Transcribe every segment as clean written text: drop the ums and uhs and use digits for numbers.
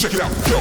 Check it out, go!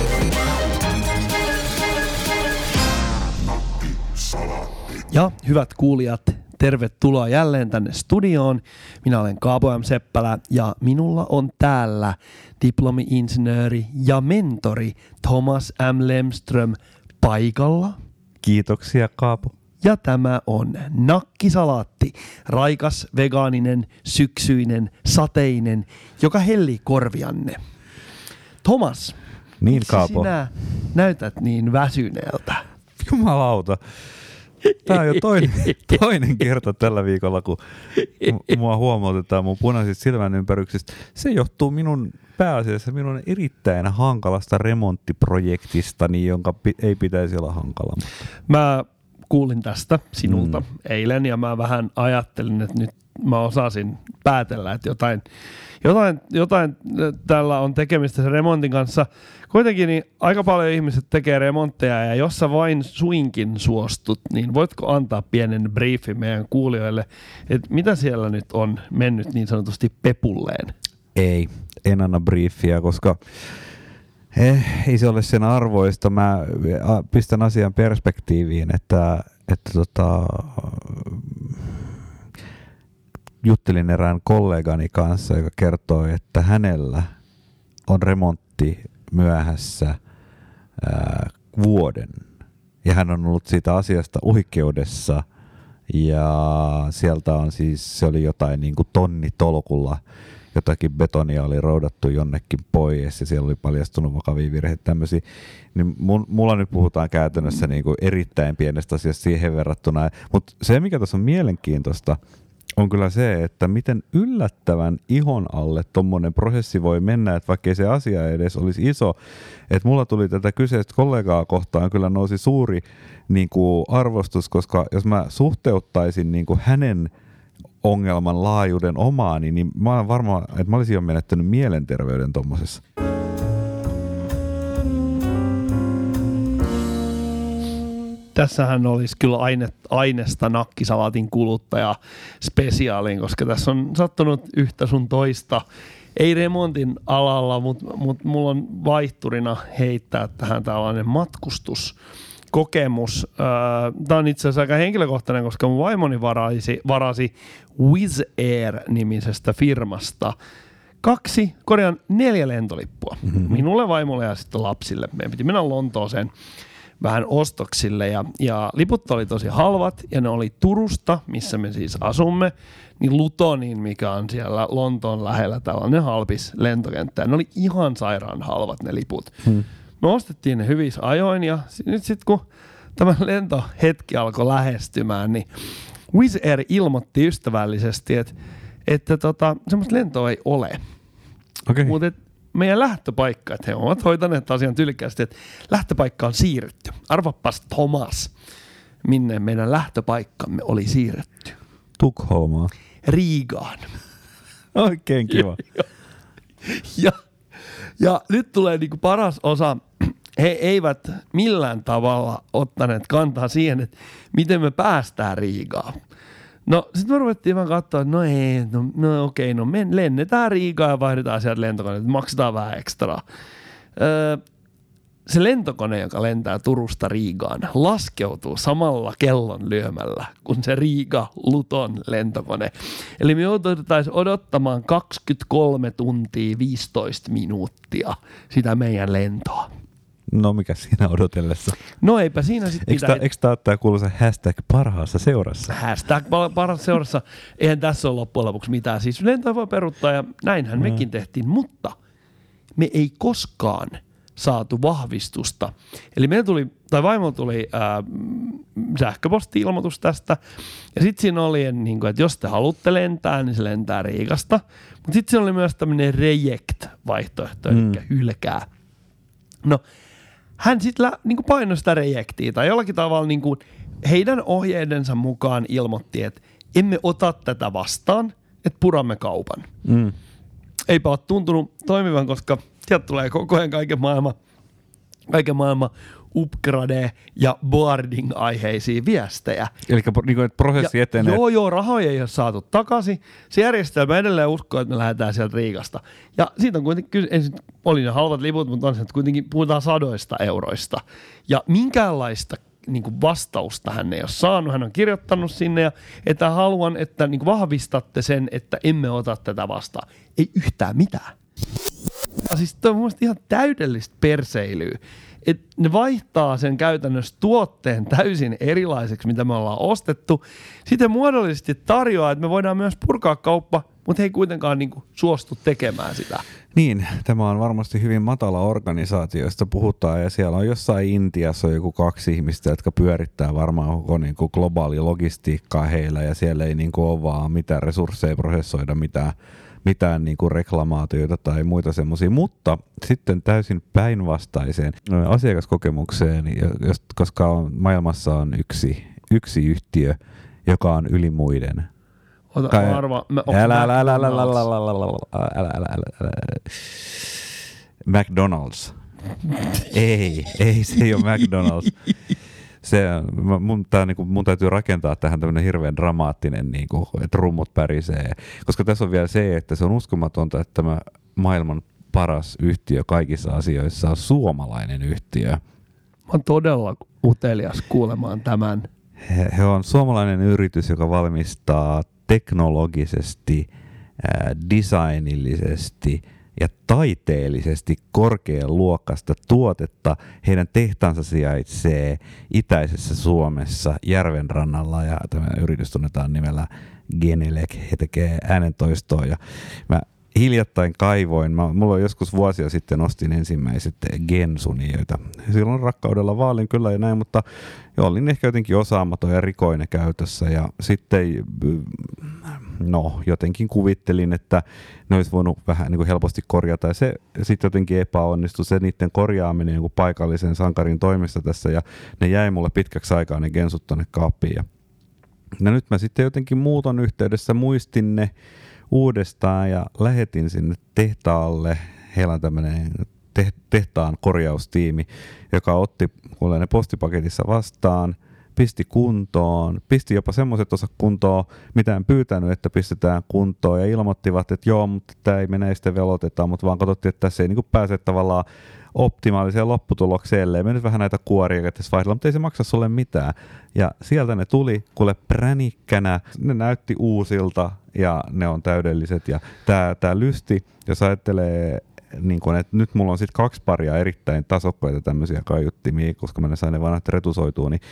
Ja hyvät kuulijat, tervetuloa jälleen tänne studioon. Minä olen Kaapo M. Seppälä ja minulla on täällä diplomi-insinööri ja mentori Thomas M. Lemström paikalla. Kiitoksia, Kaapo. Ja tämä on Nakkisalaatti, raikas, vegaaninen, syksyinen, sateinen, joka hellii korvianne. Thomas, Niin, miksi Kaapo. sinä näytät niin väsyneeltä? Jumalauta. Tämä on jo toinen kerta tällä viikolla, kun mua huomautetaan mun punaisista silmänympäryksistä. Se johtuu pääasiassa minun erittäin hankalasta remonttiprojektistani, jonka ei pitäisi olla hankala. Mä kuulin tästä sinulta eilen ja mä vähän ajattelin, että nyt mä osasin päätellä, että jotain tällä on tekemistä sen remontin kanssa. Kuitenkin niin aika paljon ihmiset tekee remontteja ja jos sä vain suinkin suostut, niin voitko antaa pienen briefin meidän kuulijoille, että mitä siellä nyt on mennyt niin sanotusti pepulleen? En anna briefiä, koska ei se ole sen arvoista. Mä pistän asian perspektiiviin, että juttelin erään kollegani kanssa, joka kertoi, että hänellä on remontti myöhässä vuoden. Ja hän on ollut siitä asiasta oikeudessa ja sieltä on siis, se oli jotain niin kuin tonnitolkulla, jotakin betonia oli roudattu jonnekin pois ja siellä oli paljastunut vakavia virheitä tämmöisiä. Niin mulla nyt puhutaan käytännössä niin kuin erittäin pienestä asiasta siihen verrattuna. Mutta se, mikä tässä on mielenkiintoista, on kyllä se, että miten yllättävän ihon alle tommonen prosessi voi mennä, että vaikka ei se asia edes olisi iso. Että mulla tuli tätä kyseistä kollegaa kohtaan kyllä nousi suuri niin kuin arvostus, koska jos mä suhteuttaisin niin kuin hänen ongelman laajuuden omaani, niin mä olen varma, että mä olisin jo menettänyt mielenterveyden tommosessa. Tässähän olisi kyllä aineesta nakkisalaatin kuluttaja spesiaaliin, koska tässä on sattunut yhtä sun toista. Ei remontin alalla, mutta mulla on vaihturina heittää tähän tällainen matkustuskokemus. Tämä on itse asiassa aika henkilökohtainen, koska mun vaimoni varasi Wizz Air-nimisestä firmasta 4 lentolippua. Minulle, vaimolle ja sitten lapsille. Meidän piti mennä Lontooseen vähän ostoksille ja liput oli tosi halvat ja ne oli Turusta, missä me siis asumme, niin Lutoniin, mikä on siellä Lontoon lähellä tällainen halpis lentokenttä. Ne oli ihan sairaan halvat ne liput. Me ostettiin ne hyvissä ajoin ja nyt sitten kun tämä lentohetki alkoi lähestymään, niin Wizz Air ilmoitti ystävällisesti, että semmoista lentoa ei ole. Okay. Mutta meidän lähtöpaikka, että he ovat hoitaneet asian tyylikkäästi, että lähtöpaikka on siirretty. Arvapas Thomas, minne meidän lähtöpaikkamme oli siirretty. Tukholmaa. Riigaan. Oikein kiva. ja nyt tulee niinku paras osa. He eivät millään tavalla ottaneet kantaa siihen, että miten me päästään Riigaan. No sitten me ruvettiin vaan katsoa, että me lennetään Riigaan ja vaihdetaan sieltä lentokoneet, maksetaan vähän ekstraa. Se lentokone, joka lentää Turusta Riigaan, laskeutuu samalla kellon lyömällä kuin se Riga-Luton lentokone. Eli me jouduttaisiin odottamaan 23 tuntia 15 minuuttia sitä meidän lentoa. No mikä siinä odotellessa? No eipä siinä sitten mitään. Eikö tämä ottaa kuuluisa hashtag parhaassa seurassa? Hashtag parhaassa seurassa. Eihän tässä ole loppujen lopuksi mitään. Siis lentoa voi peruuttaa ja näinhän mekin tehtiin, mutta me ei koskaan saatu vahvistusta. Eli vaimolla tuli sähköposti-ilmoitus tästä ja sitten siinä oli, että jos te haluatte lentää, niin se lentää Riigasta. Mutta sitten siinä oli myös tämmöinen reject-vaihtoehto, eli hylkää. No, hän sitten painoi sitä rejektiä tai jollakin tavalla heidän ohjeidensa mukaan ilmoitti, että emme ota tätä vastaan, että puramme kaupan. Eipä ole tuntunut toimivan, koska sieltä tulee koko ajan kaiken maailman kaiken maailman upgrade- ja boarding-aiheisia viestejä. Eli niin kuin, että prosessi etenee. Joo, rahoja ei ole saatu takaisin. Se järjestelmä edelleen uskoo, että me lähdetään sieltä Riigasta. Ja siitä on kuitenkin, oli ne halvat liput, mutta on se, että kuitenkin puhutaan 100 euroista. Ja minkäänlaista niin kuin vastausta hän ei ole saanut. Hän on kirjoittanut sinne, ja että haluan, että niin kuin vahvistatte sen, että emme ota tätä vastaan. Ei yhtään mitään. Ja siis tämä on mun mielestä ihan täydellistä perseilyä. Että ne vaihtaa sen käytännössä tuotteen täysin erilaiseksi, mitä me ollaan ostettu. Sitten muodollisesti tarjoaa, että me voidaan myös purkaa kauppa, mutta he ei kuitenkaan niin kuin suostu tekemään sitä. Niin, tämä on varmasti hyvin matala organisaatio, josta puhutaan, ja siellä on jossain Intiassa on joku 2 ihmistä, jotka pyörittää varmaan koko niin kuin globaali logistiikkaa heillä, ja siellä ei niin kuin ole vaan mitään resursseja prosessoida, mitään niin kuin reklamaatioita tai muita semmoisia, mutta sitten täysin päinvastaiseen asiakaskokemukseen, koska maailmassa on yksi yhtiö, joka on yli muiden. Ota arva. McDonald's. Ei, se ei ole McDonald's. Mun täytyy rakentaa tähän tämmöinen hirveän dramaattinen, niin kuin, että rummut pärisee. Koska tässä on vielä se, että se on uskomatonta, että tämä maailman paras yhtiö kaikissa asioissa on suomalainen yhtiö. Mä oon todella utelias kuulemaan tämän. He on suomalainen yritys, joka valmistaa teknologisesti, designillisesti ja taiteellisesti korkean luokasta tuotetta. Heidän tehtaansa sijaitsee itäisessä Suomessa järvenrannalla, ja tämä yritys tunnetaan nimellä Genelec. He tekee äänentoistoa, ja mä hiljattain kaivoin, mulla joskus vuosia sitten ostin ensimmäiset Gensuni, joita silloin rakkaudella vaalin kyllä ja näin, mutta olin ehkä jotenkin osaamaton ja rikoinen käytössä, ja sitten jotenkin kuvittelin, että ne olisi voinut vähän niin kuin helposti korjata, ja se sitten jotenkin epäonnistui, se niiden korjaaminen joku paikallisen sankarin toimesta tässä, ja ne jäi mulle pitkäksi aikaa ne Gensut tonne kaappiin, ja nyt mä sitten jotenkin muuton yhteydessä muistin ne uudestaan ja lähetin sinne tehtaalle. Heillä on tämmöinen tehtaan korjaustiimi, joka otti mulle ne postipaketissa vastaan, pisti kuntoon, pisti jopa semmoiset osat kuntoon, mitä en pyytänyt, että pistetään kuntoon, ja ilmoittivat, että joo, mutta tämä ei mene, sitten velotetaan, mutta vaan katsottiin, että tässä ei niin kuin pääse tavallaan optimaaliseen lopputulokseen, ellei me nyt vähän näitä kuoria tässä vaihdella, mutta ei se maksa sulle mitään. Ja sieltä ne tuli, kuule pränikkänä, ne näytti uusilta ja ne on täydelliset. Ja tää lysti, jos ajattelee, niin kun, että nyt mulla on sitten 2 paria erittäin tasokkaita tämmöisiä kaiuttimia, koska mä ne sain ne vanhat retusoitua, niin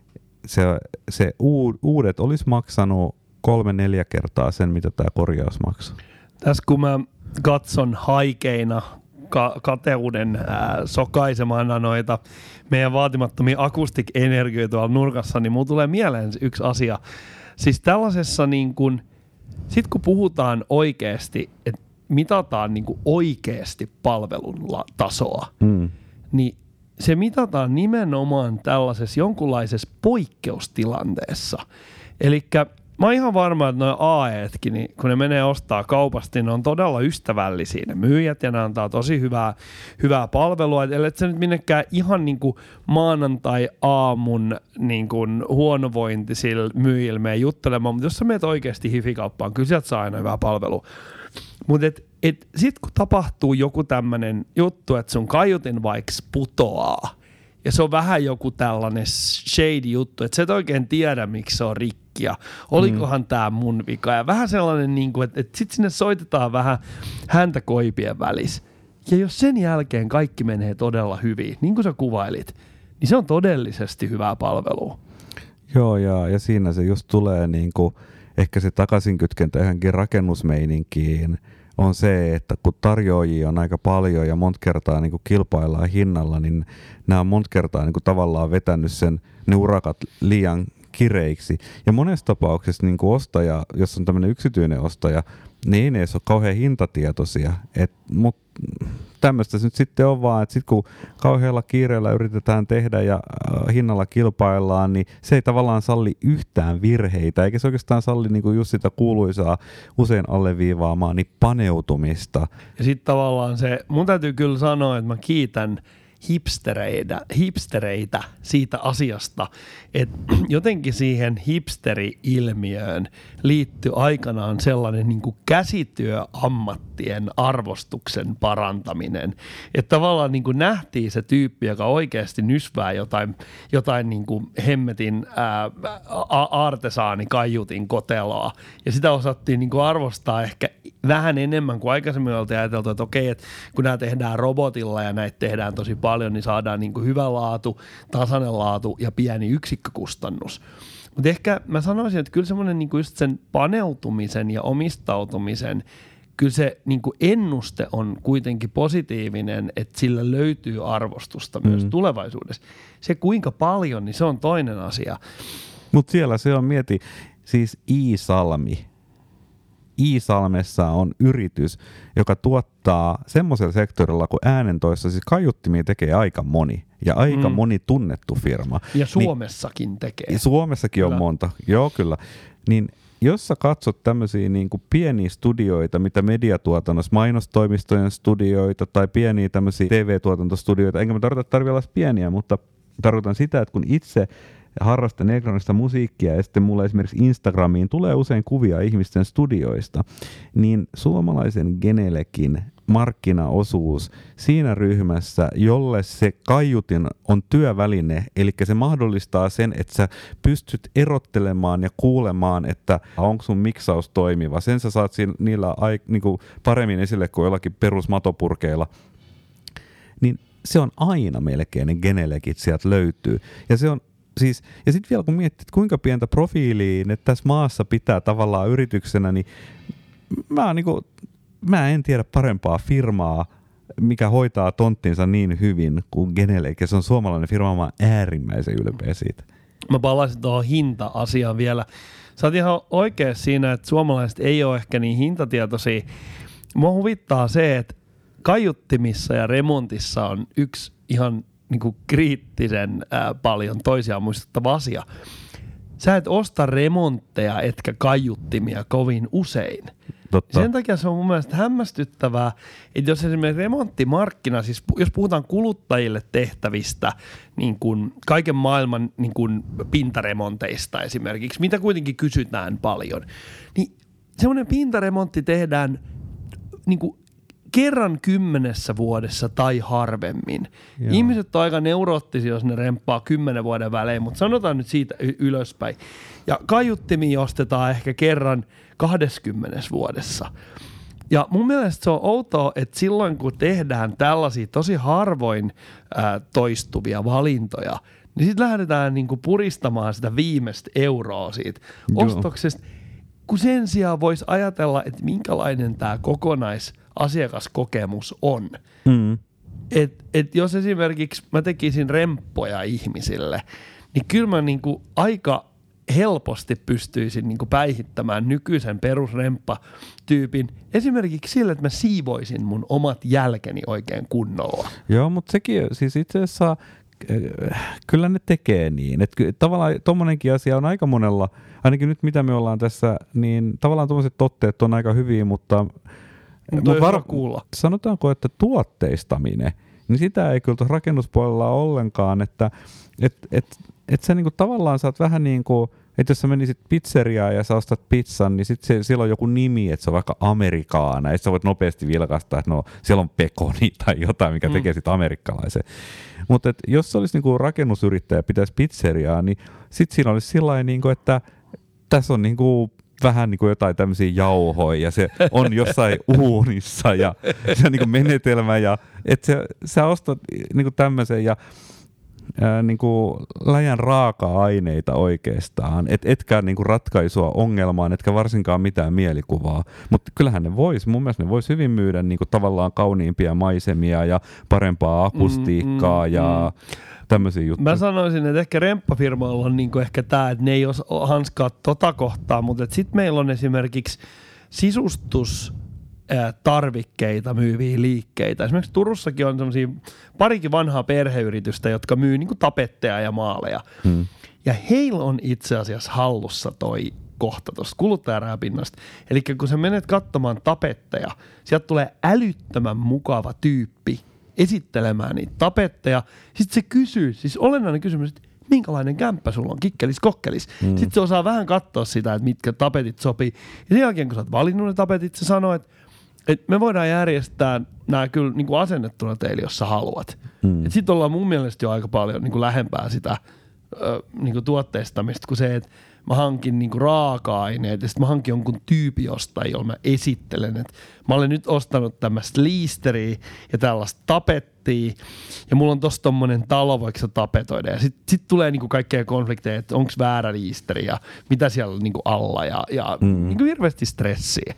se uudet olisi maksanut 3-4 kertaa sen, mitä tämä korjaus maksaa. Tässä kun mä katson haikeina kateuden sokaisemana noita meidän vaatimattomia akustik-energioita tuolla nurkassa, niin mulla tulee mieleen yksi asia. Siis tällaisessa niin kun, sit kun puhutaan oikeasti, että mitataan niin kun oikeasti palvelun tasoa, niin se mitataan nimenomaan tällaisessa jonkunlaisessa poikkeustilanteessa. Elikkä mä oon ihan varma, että nuo AE:tkin, niin kun ne menee ostaa kaupasta, niin ne on todella ystävällisiä ne myyjät, ja ne antaa tosi hyvää palvelua. Eli se nyt minnekään ihan niin kuin maanantai-aamun niin kuin huonovointisilla myyjillä mene juttelemaan, mutta jos sä menet oikeasti hifikauppaan, kyllä sieltä saa aina hyvää palvelua. Mutta sitten kun tapahtuu joku tämmöinen juttu, että sun kaiutin vaikka putoaa, ja se on vähän joku tällainen shady juttu, että sä et oikein tiedä, miksi se on rikki, ja olikohan tää mun vika, ja vähän sellainen, niin kuin, että sit sinne soitetaan vähän häntä koipien välissä. Ja jos sen jälkeen kaikki menee todella hyvin, niin kuin sä kuvailit, niin se on todellisesti hyvää palvelua. Joo, ja siinä se just tulee niin kuin, ehkä se takaisinkytkentä johonkin rakennusmeininkiin, on se, että kun tarjoajia on aika paljon ja monta kertaa niin kuin kilpaillaan hinnalla, niin nämä on monta kertaa niin kuin tavallaan vetänyt ne urakat liian kireiksi. Ja monessa tapauksessa niin kuin ostaja, jos on tämmöinen yksityinen ostaja, niin ei edes ole kauhean hintatietoisia. Mutta tämmöistä se nyt sitten on vaan, että sitten kun kauhealla kiireellä yritetään tehdä ja hinnalla kilpaillaan, niin se ei tavallaan salli yhtään virheitä, eikä se oikeastaan salli niin kuin just sitä kuuluisaa usein alleviivaamaan niin paneutumista. Ja sitten tavallaan se, mun täytyy kyllä sanoa, että mä kiitän hipstereitä siitä asiasta, että jotenkin siihen hipsteri-ilmiöön liittyy aikanaan sellainen niin kuin käsityöammattien arvostuksen parantaminen, että tavallaan niin kuin nähtiin se tyyppi, joka oikeasti nysvää jotain niin kuin hemmetin artesaani kaiutin koteloa, ja sitä osattiin niin kuin arvostaa ehkä vähän enemmän kuin aikaisemmin oltiin ajateltu, että okei, että kun nämä tehdään robotilla ja näitä tehdään tosi paljon, niin saadaan niin kuin hyvä laatu, tasainen laatu ja pieni yksikkökustannus. Mutta ehkä mä sanoisin, että kyllä semmoinen niin kuin just sen paneutumisen ja omistautumisen, kyllä se niin kuin ennuste on kuitenkin positiivinen, että sillä löytyy arvostusta myös tulevaisuudessa. Se kuinka paljon, niin se on toinen asia. Mutta siellä se on, mieti, siis Iisalmi. Iisalmessa on yritys, joka tuottaa semmoisella sektorilla, kun äänentoissa, siis kaiuttimia tekee aika moni ja aika moni tunnettu firma. Ja Suomessakin tekee. Suomessakin kyllä on monta, joo kyllä. Niin jos sä katsot tämmöisiä niin kuin pieniä studioita, mitä mediatuotannossa, mainostoimistojen studioita tai pieniä tämmöisiä TV-tuotantostudioita, enkä mä tarvitse olla pieniä, mutta tarkoitan sitä, että kun itse harrastan elektronista musiikkia ja sitten mulle esimerkiksi Instagramiin tulee usein kuvia ihmisten studioista, niin suomalaisen Genelekin markkinaosuus siinä ryhmässä, jolle se kaiutin on työväline, eli se mahdollistaa sen, että sä pystyt erottelemaan ja kuulemaan, että onko sun miksaus toimiva. Sen sä saat niillä niinku paremmin esille kuin jollakin perusmatopurkeilla. Niin se on aina melkein, ne Genelekit sieltä löytyy. Ja se on siis, ja sitten vielä kun miettii, että kuinka pientä profiilia ne tässä maassa pitää tavallaan yrityksenä, niin mä en tiedä parempaa firmaa, mikä hoitaa tonttinsa niin hyvin kuin Genelec, ja se on suomalainen firma, mä oon äärimmäisen ylpeä siitä. Mä palasin tuohon hinta-asiaan vielä. Sä oot ihan oikein siinä, että suomalaiset ei ole ehkä niin hintatietoisia. Mua huvittaa se, että kaiuttimissa ja remontissa on yksi ihan niin kuin kriittisen paljon toisiaan muistuttava asia. Sä et osta remontteja etkä kaiuttimia kovin usein. Totta. Sen takia se on mun mielestä hämmästyttävää, että jos esimerkiksi remonttimarkkina, siis jos puhutaan kuluttajille tehtävistä niin kuin kaiken maailman niin kuin pintaremonteista esimerkiksi, mitä kuitenkin kysytään paljon, niin semmoinen pintaremontti tehdään niin kuin kerran 10 vuodessa tai harvemmin. Joo. Ihmiset on aika neuroottisia, jos ne remppaa 10 vuoden välein, mutta sanotaan nyt siitä ylöspäin. Ja kaiuttimia ostetaan ehkä kerran 20 vuodessa. Ja mun mielestä se on outoa, että silloin kun tehdään tällaisia tosi harvoin toistuvia valintoja, niin sitten lähdetään niinku puristamaan sitä viimeistä euroa siitä ostoksesta, kun sen sijaan voisi ajatella, että minkälainen tämä kokonaisasiakaskokemus on. Et jos esimerkiksi mä tekisin remppoja ihmisille, niin kyllä mä niinku aika helposti pystyisin niinku päihittämään nykyisen perusremppatyypin esimerkiksi sillä, että mä siivoisin mun omat jälkeni oikein kunnolla. Joo, mutta sekin siis itse asiassa kyllä ne tekee niin. Että tavallaan tommonenkin asia on aika monella, ainakin nyt mitä me ollaan tässä, niin tavallaan tommoset totteet on aika hyviä, mutta kuulla. Sanotaanko, että tuotteistaminen, niin sitä ei kyllä tuossa rakennuspuolella ole ollenkaan, että sä niinku tavallaan saat vähän niin kuin, että jos sä menisit pizzeriaan ja sä ostat pizzan, niin sitten siellä on joku nimi, että se on vaikka amerikaana, ja sä voit nopeasti vilkaista, että no siellä on pekoni tai jotain, mikä tekee sitten amerikkalaisen. Mutta jos se olisi niinku rakennusyrittäjä pitäisi pizzeriaa, niin sitten siinä olisi sillain niinku, että tässä on niinku vähän niin kuin jotain tämmöisiä jauhoja ja se on jossain uunissa ja se on niin kuin menetelmä ja että sä ostat niin kuin tämmöisen ja niin kuin läjän raaka-aineita oikeastaan, etkä niin kuin ratkaisua ongelmaan, etkä varsinkaan mitään mielikuvaa, mutta kyllähän ne mun mielestä ne vois hyvin myydä niin kuin tavallaan kauniimpia maisemia ja parempaa akustiikkaa ja tämmöisiä juttuja. Mä sanoisin, että ehkä remppafirmoilla on niinku ehkä tämä, että ne ei hanskaa tota kohtaa, mutta sitten meillä on esimerkiksi sisustustarvikkeita myyviä liikkeitä. Esimerkiksi Turussakin on semmoisia parikin vanhaa perheyritystä, jotka myy niinku tapetteja ja maaleja. Ja heillä on itse asiassa hallussa toi kohta tuosta kuluttajarajapinnosta. Eli kun sä menet katsomaan tapetteja, sieltä tulee älyttömän mukava tyyppi, esittelemään niitä tapetteja. Sitten se kysyy, siis olennainen kysymys, että minkälainen kämppä sulla on, kikkelis, kokkelis. Sitten se osaa vähän katsoa sitä, että mitkä tapetit sopii. Ja sen jälkeen, kun sä oot valinnut ne tapetit, se sanoo, että me voidaan järjestää nämä kyllä niin kuin asennettuna teille, jos sä haluat. Sitten ollaan mun mielestä jo aika paljon niin kuin lähempää sitä niin kuin tuotteistamista kuin se, että mä hankin niin kuin raaka-aineet ja sitten mä hankin jonkun tyypin jostain, jolla mä esittelen, että mä olen nyt ostanut tämmöistä liisteriä ja tällaista tapettia ja mulla on tossa tommonen talo, voiko se tapetoida. Ja sit tulee niinku kaikkea konflikteja, että onko väärä liisteri ja mitä siellä on niinku alla ja niinku hirveästi stressiä.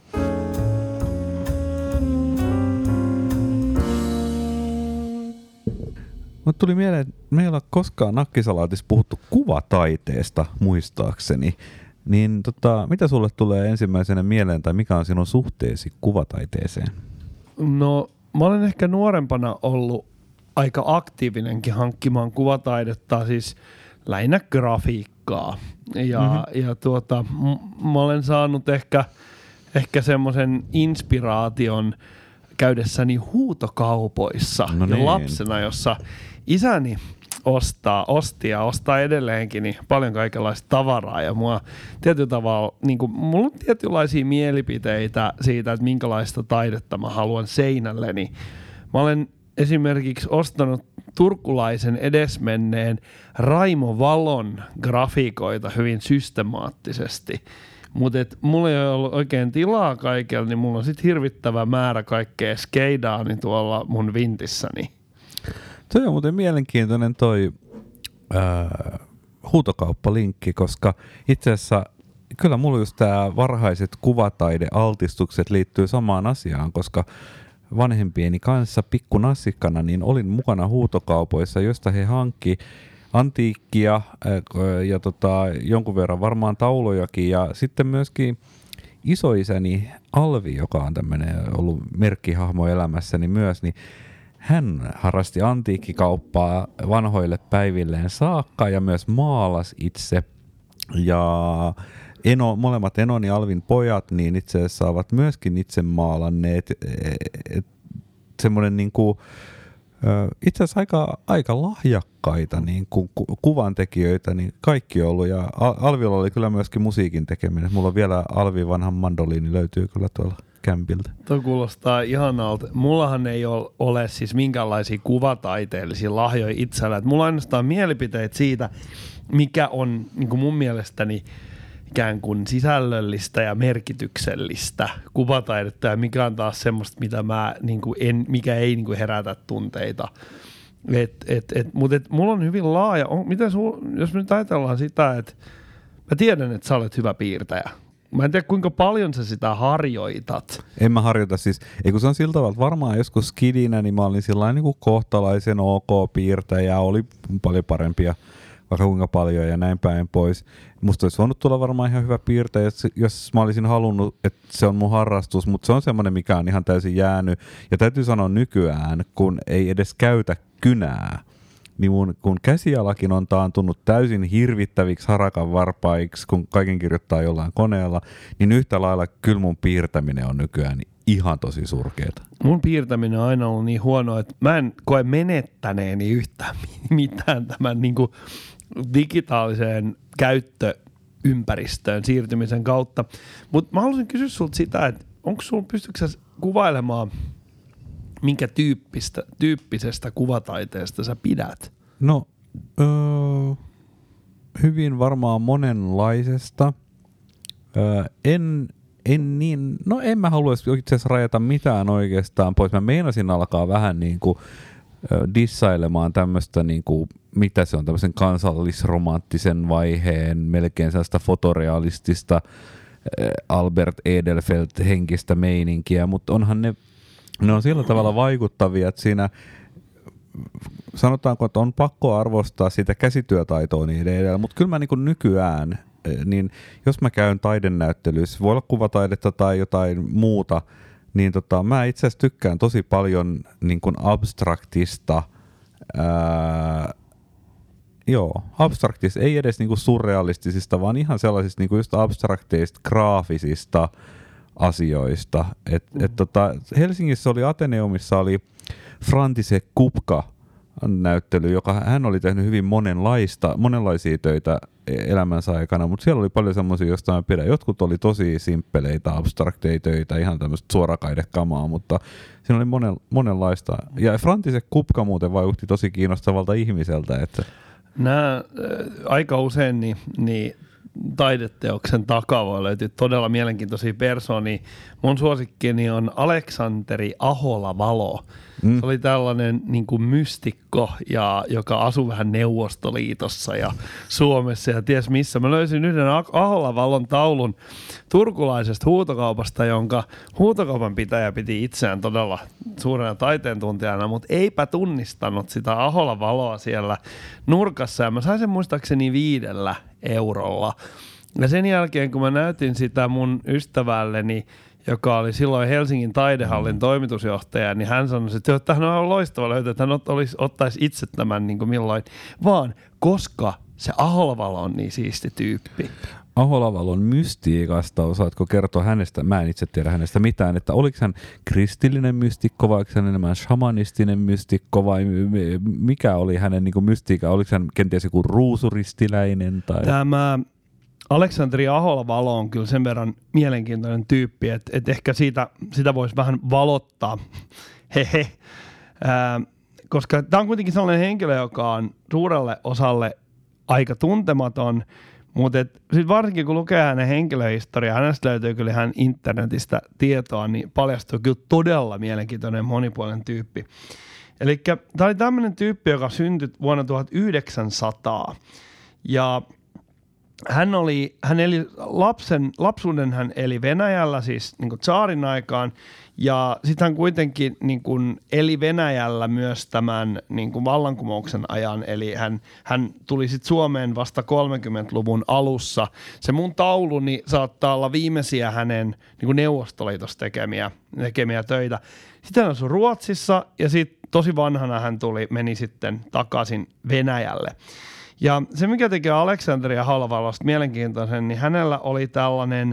Mut tuli mieleen, että meillä ei ole koskaan Nakkisalaatissa puhuttu kuvataiteesta muistaakseni. Niin mitä sulle tulee ensimmäisenä mieleen tai mikä on sinun suhteesi kuvataiteeseen? No mä olen ehkä nuorempana ollut aika aktiivinenkin hankkimaan kuvataidetta, siis lähinnä grafiikkaa. Ja mä olen saanut ehkä semmoisen inspiraation käydessäni huutokaupoissa jo lapsena, jossa isäni ostaa edelleenkin niin paljon kaikenlaista tavaraa ja mua tietyllä tavalla, niin kuin, mulla on tietynlaisia mielipiteitä siitä, että minkälaista taidetta mä haluan seinälleni. Mä olen esimerkiksi ostanut turkulaisen edesmenneen Raimo Valon grafiikoita hyvin systemaattisesti. Mutta mulla ei ole ollut oikein tilaa kaikella, niin mulla on sit hirvittävä määrä kaikkea skeidaa niin tuolla mun vintissäni. Toi on muuten mielenkiintoinen toi huutokauppalinkki, koska itse asiassa kyllä mulla just tää varhaiset kuvataidealtistukset liittyy samaan asiaan, koska vanhempieni kanssa pikkunassikkana niin olin mukana huutokaupoissa, josta he hankki antiikkia ja jonkun verran varmaan taulojakin ja sitten myöskin isoisäni Alvi, joka on tämmöinen ollut merkkihahmo elämässäni myös, niin hän harrasti antiikkikauppaa vanhoille päivilleen saakka ja myös maalas itse. Ja molemmat Enon ja Alvin pojat niin itse asiassa ovat myöskin itse maalanneet. Semmoinen niinku itse asiassa aika lahjakkaita niin kuvantekijöitä, niin kaikki on ollut. Ja Alvilla oli kyllä myöskin musiikin tekeminen. Mulla on vielä Alvin vanhan mandoliini, löytyy kyllä tuolla kämpiltä. Tuo kuulostaa ihanalta. Mullahan ei ole siis minkäänlaisia kuvataiteellisia lahjoja itsellä. Mulla on ainoastaan mielipiteet siitä, mikä on niin kuin mun mielestäni ikään kuin sisällöllistä ja merkityksellistä kuvataidetta ja mikä on taas semmoista, mitä mä, niin kuin mikä ei niin kuin herätä tunteita. Mutta mulla on hyvin laaja, jos me nyt ajatellaan sitä, että mä tiedän, että sä olet hyvä piirtäjä. Mä en tiedä, kuinka paljon sä sitä harjoitat. En mä harjoita siis. Kun se on sillä tavalla, että varmaan joskus skidinä, niin mä olin sillain niin kuin kohtalaisen OK-piirtäjä. Oli paljon parempia, vaikka kuinka paljon ja näin päin pois. Musta olisi voinut tulla varmaan ihan hyvä piirtäjä, jos mä olisin halunnut, että se on mun harrastus. Mutta se on semmoinen, mikä on ihan täysin jäänyt. Ja täytyy sanoa nykyään, kun ei edes käytä kynää. Niin kun käsialakin on taantunut täysin hirvittäviksi harakan varpaiksi, kun kaiken kirjoittaa jollain koneella, niin yhtä lailla kyllä mun piirtäminen on nykyään ihan tosi surkeeta. Mun piirtäminen on aina ollut niin huono, että mä en koe menettäneeni yhtään mitään tämän niin kuin digitaaliseen käyttöympäristöön siirtymisen kautta. Mutta mä haluaisin kysyä sulta sitä, että pystytkö sä kuvailemaan, minkä tyyppisestä kuvataiteesta sä pidät? No, hyvin varmaan monenlaisesta. En mä haluaisi itse asiassa rajata mitään oikeastaan pois. Mä meinasin alkaa vähän niin kuin dissailemaan tämmöistä, niin kuin, mitä se on, tämmöisen kansallisromanttisen vaiheen, melkein sellaista fotorealistista Albert Edelfelt-henkistä meininkiä, mutta onhan ne on sillä tavalla vaikuttavia, että siinä sanotaanko, että on pakko arvostaa sitä käsityötaitoa niin edelleen, mutta kyllä mä niin kuin nykyään, niin jos mä käyn taidenäyttelyissä, voi olla kuvataidetta tai jotain muuta, niin mä itse asiassa tykkään tosi paljon niin kuin abstraktista, abstraktista, ei edes niin kuin surrealistisista, vaan ihan sellaisista niin kuin just abstrakteista, graafisista asioista. Helsingissä oli Ateneumissa oli Frantise Kupka näyttely, joka hän oli tehnyt hyvin monenlaisia töitä elämänsä aikana, mutta siellä oli paljon semmoisia, joista mä pidän. Jotkut oli tosi simppeleitä, abstrakteja töitä, ihan tämmöistä suorakaidekamaa, mutta siinä oli monenlaista. Ja Frantise Kupka muuten vaikutti tosi kiinnostavalta ihmiseltä. Että nämä aika usein niin taideteoksen takaa voi löytyä todella mielenkiintoisia persoonia. Mun suosikkini on Aleksanteri Ahola-Valo. Se oli tällainen niin kuin mystikko, joka asui vähän Neuvostoliitossa ja Suomessa ja ties missä. Mä löysin yhden Ahola-Valon taulun turkulaisesta huutokaupasta, jonka huutokaupan pitäjä piti itseään todella suurena taiteentuntijana, mutta eipä tunnistanut sitä Ahola-Valoa siellä nurkassa. Ja mä sain sen muistaakseni 5 eurolla. Ja sen jälkeen, kun mä näytin sitä mun ystävälleni, joka oli silloin Helsingin taidehallin toimitusjohtaja, niin hän sanoi, että tämähän on loistava löytö, että hän ottaisi itse tämän niin kuin milloin, vaan koska se Ahola-Valo on niin siisti tyyppi. Ahola-Valon mystiikasta, osaatko kertoa hänestä, mä en itse tiedä hänestä mitään, että oliko hän kristillinen mystikko vai oliko hän enemmän shamanistinen mystikko vai mikä oli hänen niin kuin mystiikka, oliko hän kenties joku ruusuristiläinen? Tai Tämä Aleksanteri Ahola-Valo on kyllä sen verran mielenkiintoinen tyyppi, että ehkä sitä voisi vähän valottaa, koska tämä on kuitenkin sellainen henkilö, joka on suurelle osalle aika tuntematon, mutta sitten varsinkin kun lukee hänen henkilöhistoriaa, hänestä löytyy kyllä ihan internetistä tietoa, niin paljastuu kyllä todella mielenkiintoinen monipuolinen tyyppi. Eli tämä oli tämmöinen tyyppi, joka syntyi vuonna 1900 ja hän eli lapsuuden hän eli Venäjällä, siis niin kuin tsaarin aikaan, ja sitten hän kuitenkin niin kuin eli Venäjällä myös tämän niin kuin vallankumouksen ajan, eli hän tuli sitten Suomeen vasta 30-luvun alussa. Se mun tauluni saattaa olla viimeisiä hänen niin kuin Neuvostoliitossa tekemiä töitä. Sitten hän asui Ruotsissa, ja sitten tosi vanhana hän meni sitten takaisin Venäjälle. Ja se, mikä tekee Aleksanteri Ahola-Valosta mielenkiintoisen, niin hänellä oli tällainen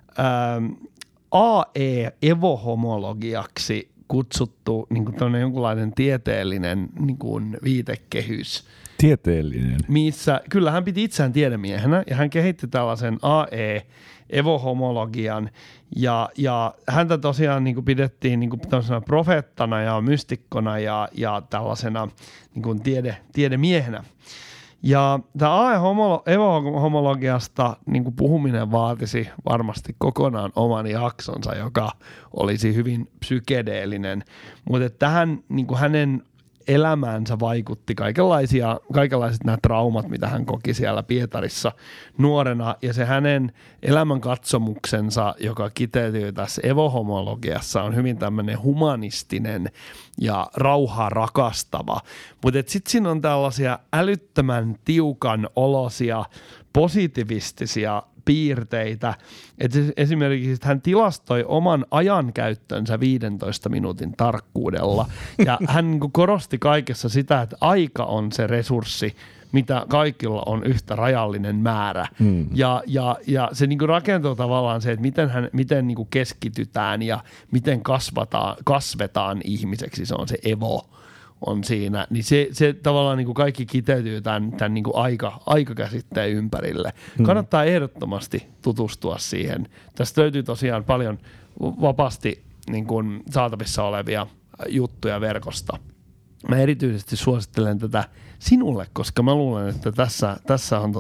AE-evohomologiaksi kutsuttu niin kuin jonkunlainen tieteellinen niin kuin viitekehys. Tieteellinen? Missä, kyllä hän piti itseään tiedemiehenä ja hän kehitti tällaisen AE-evohomologian ja häntä tosiaan niin kuin pidettiin niin kuin profeettana ja mystikkona ja tällaisena niin kuin tiedemiehenä. Ja tämä AE-evohomologiasta niin kuin puhuminen vaatisi varmasti kokonaan oman jaksonsa, joka olisi hyvin psykedeellinen, mutta tähän niin kuin hänen elämäänsä vaikutti kaikenlaiset nämä traumat, mitä hän koki siellä Pietarissa nuorena, ja se hänen elämänkatsomuksensa, joka kiteytyy tässä evohomologiassa, on hyvin tämmöinen humanistinen ja rauhaa rakastava, mutta sitten siinä on tällaisia älyttömän tiukan olosia, positivistisia piirteitä, että esimerkiksi hän tilastoi oman ajankäyttönsä 15 minuutin tarkkuudella ja hän korosti kaikessa sitä, että aika on se resurssi, mitä kaikilla on yhtä rajallinen määrä. Ja se niinku rakentuu tavallaan se, että miten niinku keskitytään ja miten kasvetaan ihmiseksi, se on se evo on siinä, niin se tavallaan niin kuin kaikki kiteytyy tämän niin kuin aikakäsitteen ympärille. Kannattaa ehdottomasti tutustua siihen. Tästä löytyy tosiaan paljon vapaasti niin kuin saatavissa olevia juttuja verkosta. Mä erityisesti suosittelen tätä sinulle, koska mä luulen, että tässä on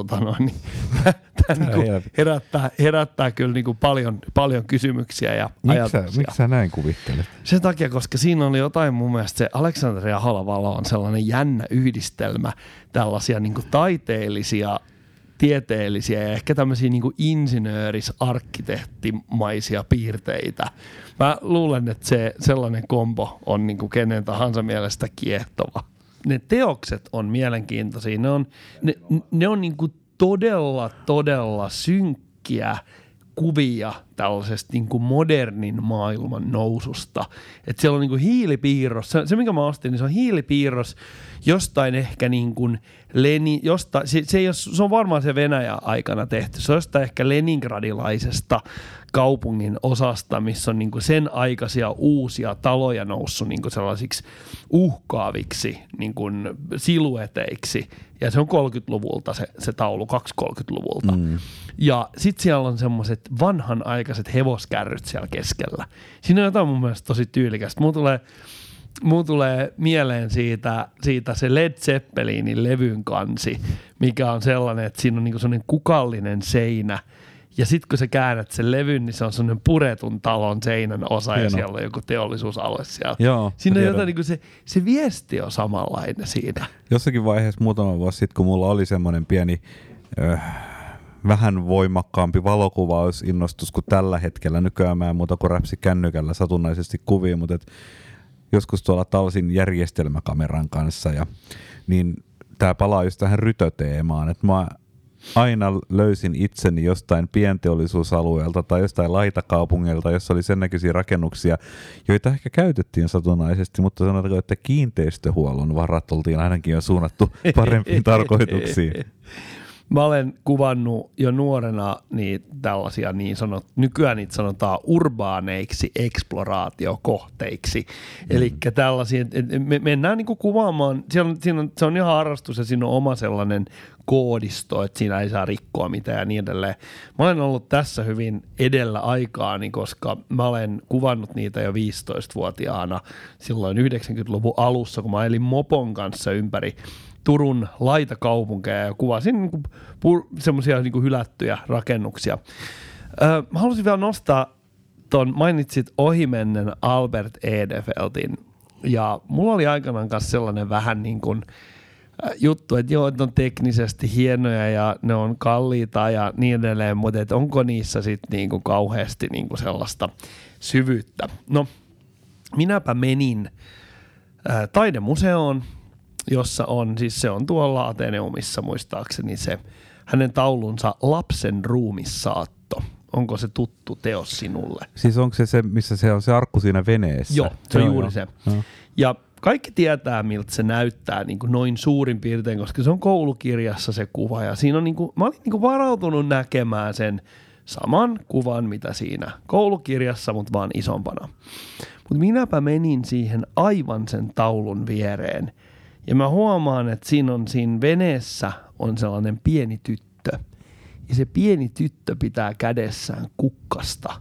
herättää kyllä niin kuin paljon kysymyksiä ja ajatuksia. Miksi sä näin kuvittelet? Sen takia, koska siinä oli jotain mun mielestä se Aleksanteri Ahola-Valo on sellainen jännä yhdistelmä tällaisia niin kuin taiteellisia, tieteellisiä ja ehkä tämmöisiä niin kuin insinööris-arkkitehtimaisia piirteitä. Mä luulen, että se sellainen kombo on niin kuin kenen tahansa mielestä kiehtova. Ne teokset on mielenkiintoisia. Ne on niin kuin todella synkkiä kuvia tällaisesta niin kuin modernin maailman noususta. Että siellä on niin kuin hiilipiirros. Se, minkä mä ostin, niin se on hiilipiirros jostain ehkä niin kuin se on varmaan se Venäjän aikana tehty. Se on jostain ehkä leningradilaisesta kaupungin osasta, missä on niin kuin sen aikaisia uusia taloja noussut niin kuin sellaisiksi uhkaaviksi niin kuin silueteiksi. Ja se on 30-luvulta se taulu, 230-luvulta. Ja sitten siellä on semmoiset vanhanaikaiset hevoskärryt siellä keskellä. Siinä on jotain mun mielestä tosi tyylikästä. Mulla tulee mieleen siitä se Led Zeppelinin levyn kansi, mikä on sellainen, että siinä on niinku sellainen kukallinen seinä. Ja sitten kun sä käännät sen levyn, niin se on sellainen puretun talon seinän osa. Hieno. Ja siellä on joku teollisuusalue siellä. Joo, siinä on jotain, niin se viesti on samanlainen siinä. Jossakin vaiheessa muutama vuosi sitten, kun mulla oli semmoinen pieni vähän voimakkaampi valokuvausinnostus kuin tällä hetkellä. Nykyään mä en muuta kuin räpsi kännykällä satunnaisesti kuvia, mutta joskus tuolla talsin järjestelmäkameran kanssa, niin tää palaa just tähän rytöteemaan, että mä aina löysin itseni jostain pienteollisuusalueelta tai jostain laitakaupungilta, jossa oli sen näköisiä rakennuksia, joita ehkä käytettiin satunnaisesti, mutta sanotaanko, että kiinteistöhuollon varat oltiin ainakin jo suunnattu parempiin tarkoituksiin. Mä olen kuvannut jo nuorena tällaisia nykyään niitä sanotaan urbaaneiksi eksploraatiokohteiksi. Eli tällaisia, me mennään niinku kuvaamaan, se on ihan harrastus ja siinä on oma sellainen koodisto, että siinä ei saa rikkoa mitään ja niin edelleen. Mä olen ollut tässä hyvin edellä aikaani, koska mä olen kuvannut niitä jo 15-vuotiaana silloin 90-luvun alussa, kun mä elin mopon kanssa ympäri Turun laitakaupunkeja ja kuvasin niinku semmoisia niinku hylättyjä rakennuksia. Mä halusin vielä nostaa mainitsit ohimennen Albert Edefeltin. Ja mulla oli aikanaan kanssa sellainen vähän niin kuin juttu, että joo, että ne on teknisesti hienoja ja ne on kalliita ja niin edelleen, mutta et onko niissä sitten niinku kauheasti niinku sellaista syvyyttä. No, minäpä menin taidemuseoon, jossa on, siis se on tuolla Ateneumissa muistaakseni se hänen taulunsa Lapsen ruumissaatto. Onko se tuttu teos sinulle? Siis onko se missä se on se arkku siinä veneessä? Joo, se on juuri se. Ja kaikki tietää, miltä se näyttää niin kuin noin suurin piirtein, koska se on koulukirjassa se kuva. Ja siinä on mä olin varautunut näkemään sen saman kuvan, mitä siinä koulukirjassa, mutta vaan isompana. Mutta minäpä menin siihen aivan sen taulun viereen. Ja mä huomaan, että siinä veneessä on sellainen pieni tyttö. Ja se pieni tyttö pitää kädessään kukkasta.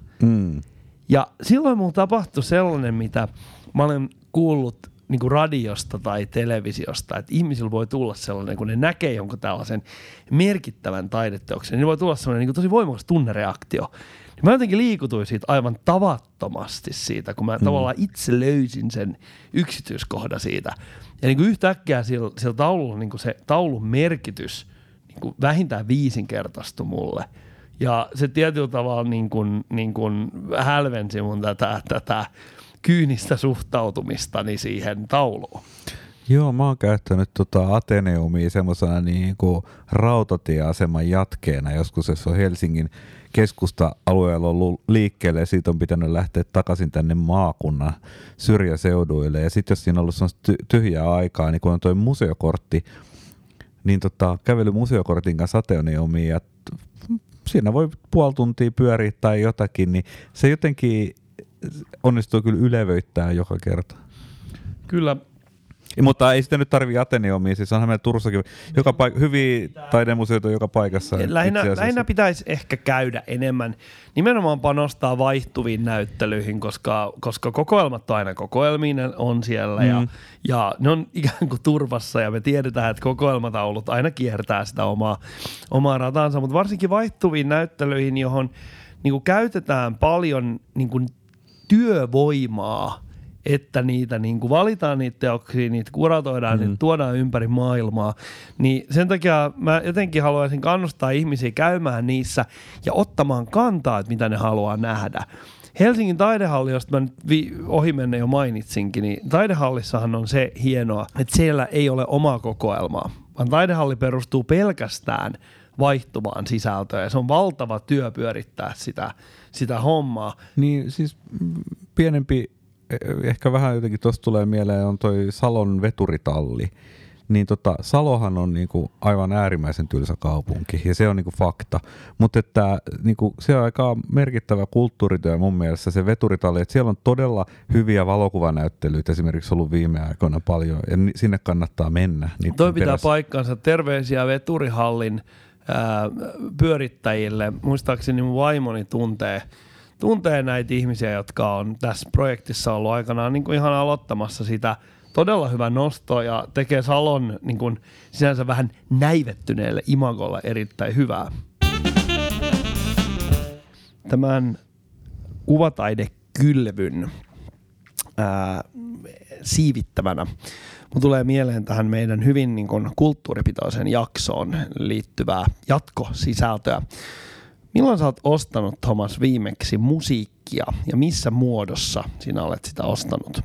Ja silloin mulla tapahtui sellainen, mitä mä olen kuullut niin kuin radiosta tai televisiosta, että ihmisillä voi tulla sellainen, kun ne näkee jonkun tällaisen merkittävän taideteoksen, niin voi tulla sellainen niin kuin tosi voimakas tunnereaktio. Mä jotenkin liikutuin siitä aivan tavattomasti siitä, kun mä tavallaan itse löysin sen yksityiskohdan siitä. Ja niin kuin yhtäkkiä siellä taululla niin kuin se taulun merkitys niin kuin vähintään 5-kertaistui mulle. Ja se tietyllä tavalla niin kuin hälvensi mun tätä kyynistä suhtautumistani siihen tauluun. Joo, mä oon käyttänyt Ateneumia semmoisena niin kuin rautatieaseman jatkeena. Joskus se on Helsingin keskusta-alueella ollut liikkeelle ja siitä on pitänyt lähteä takaisin tänne maakunnan syrjäseuduille. Ja sitten jos siinä on ollut tyhjää aikaa, niin kun on toi museokortti, niin kävely museokortin kanssa Ateneumiin ja siinä voi puoli tuntia pyöriä tai jotakin, niin se jotenkin onnistuu kyllä ylevöittää joka kerta. Kyllä. Mutta ei sitä nyt tarvitse Ateneumiin, siis onhan meillä Turussakin hyviä taidemuseoita joka paikassa. Lähinnä pitäisi ehkä käydä enemmän, nimenomaan panostaa vaihtuviin näyttelyihin, koska kokoelmat on aina kokoelmiin on siellä ja ne on ikään kuin turvassa ja me tiedetään, että kokoelmataulut aina kiertää sitä omaa ratansa, mutta varsinkin vaihtuviin näyttelyihin, johon niin kuin käytetään paljon niin kuin työvoimaa, että niitä niin kuin valitaan niitä teoksia, niitä kuratoidaan, niitä tuodaan ympäri maailmaa, niin sen takia mä jotenkin haluaisin kannustaa ihmisiä käymään niissä ja ottamaan kantaa, että mitä ne haluaa nähdä. Helsingin taidehalli, josta mä nyt ohimennen jo mainitsinkin, niin taidehallissahan on se hienoa, että siellä ei ole omaa kokoelmaa, vaan taidehalli perustuu pelkästään vaihtuvaan sisältöön ja se on valtava työ pyörittää sitä hommaa. Niin siis pienempi, ehkä vähän jotenkin tuosta tulee mieleen, on toi Salon veturitalli, niin Salohan on niinku aivan äärimmäisen tylsä kaupunki, ja se on niinku fakta. Mutta että niinku, se on aika merkittävä kulttuurityö mun mielestä se veturitalli, että siellä on todella hyviä valokuvanäyttelyitä esimerkiksi ollut viime aikoina paljon, ja sinne kannattaa mennä. Toi pitää paikkansa. Terveisiä veturihallin pyörittäjille. Muistaakseni mun vaimoni tuntee näitä ihmisiä, jotka on tässä projektissa ollut aikanaan niin kuin ihan aloittamassa sitä. Todella hyvä nosto ja tekee Salon niin kuin sinänsä vähän näivettyneelle imagolla erittäin hyvää. Tämän kuvataidekylvyn siivittävänä mun tulee mieleen tähän meidän hyvin niin kuin kulttuuripitoisen jaksoon liittyvää jatkosisältöä. Milloin sä oot ostanut, Thomas, viimeksi musiikkia ja missä muodossa sinä olet sitä ostanut?